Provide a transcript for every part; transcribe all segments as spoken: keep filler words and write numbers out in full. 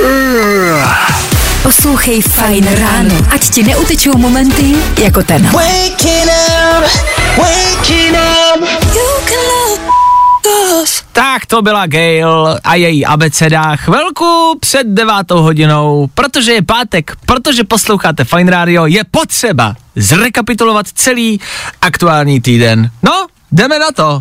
Poslouchej Fajn ráno, ať ti neutečou momenty jako ten. Waking up, waking up. You can love us. Tak to byla Gail a její abeceda chvilku před devátou hodinou, protože je pátek, protože posloucháte Fajn rádio, je potřeba zrekapitulovat celý aktuální týden. No, jdeme na to.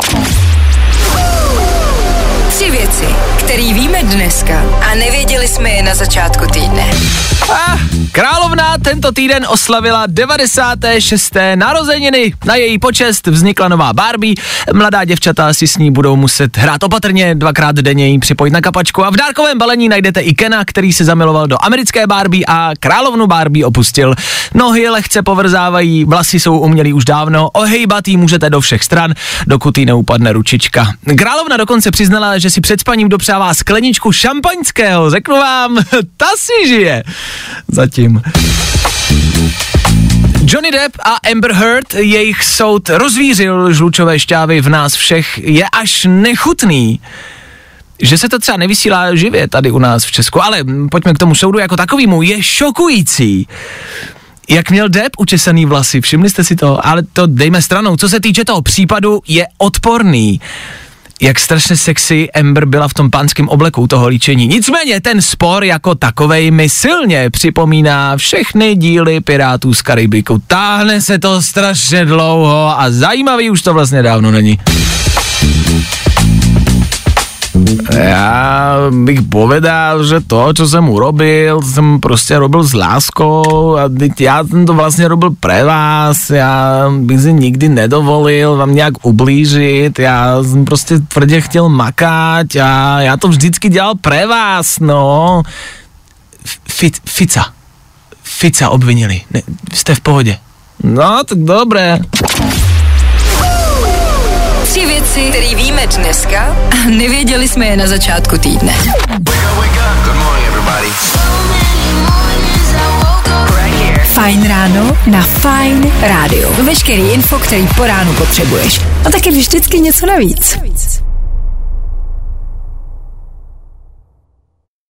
Tři věci, které víme dneska a nevěděli jsme je na začátku týdne. Ah, královna tento týden oslavila devadesáté šesté narozeniny. Na její počest vznikla nová Barbie. Mladá děvčata si s ní budou muset hrát opatrně, dvakrát denně jí připojit na kapačku a v dárkovém balení najdete i Kena, který se zamiloval do americké Barbie a královnu Barbie opustil. Nohy lehce povrzávají, vlasy jsou umělý už dávno, ohejbat jí můžete do všech stran, dokud jí neupadne ručička. Královna dokonce přiznala, že si před spaním dopřává skleničku šampaňského, řeknu vám, ta si žije. Zatím. Johnny Depp a Amber Heard, jejich soud rozvířil žlučové šťávy v nás všech, je až nechutný. Že se to třeba nevysílá živě tady u nás v Česku, ale pojďme k tomu soudu jako takovýmu, je šokující. Jak měl Depp učesaný vlasy, všimli jste si to, ale to dejme stranou. Co se týče toho případu, je odporný. Jak strašně sexy Amber byla v tom pánském obleku toho líčení. Nicméně ten spor jako takovej mi silně připomíná všechny díly Pirátů z Karibiku. Táhne se to strašně dlouho a zajímavý už to vlastně dávno není. Já bych povedal, že to, čo jsem urobil, jsem prostě robil s láskou a já jsem to vlastně robil pre vás, já bych si nikdy nedovolil vám nějak ublížit, já jsem prostě tvrdě chtěl makat a já to vždycky dělal pre vás, no. Fic, Fica. Fica obvinili, ne, jste v pohodě. No, tak dobré. Tři věci, které víme dneska a nevěděli jsme je na začátku týdne. Fajn ráno na Fajn rádiu. Veškerý info, který po ránu potřebuješ. A taky vždycky něco navíc.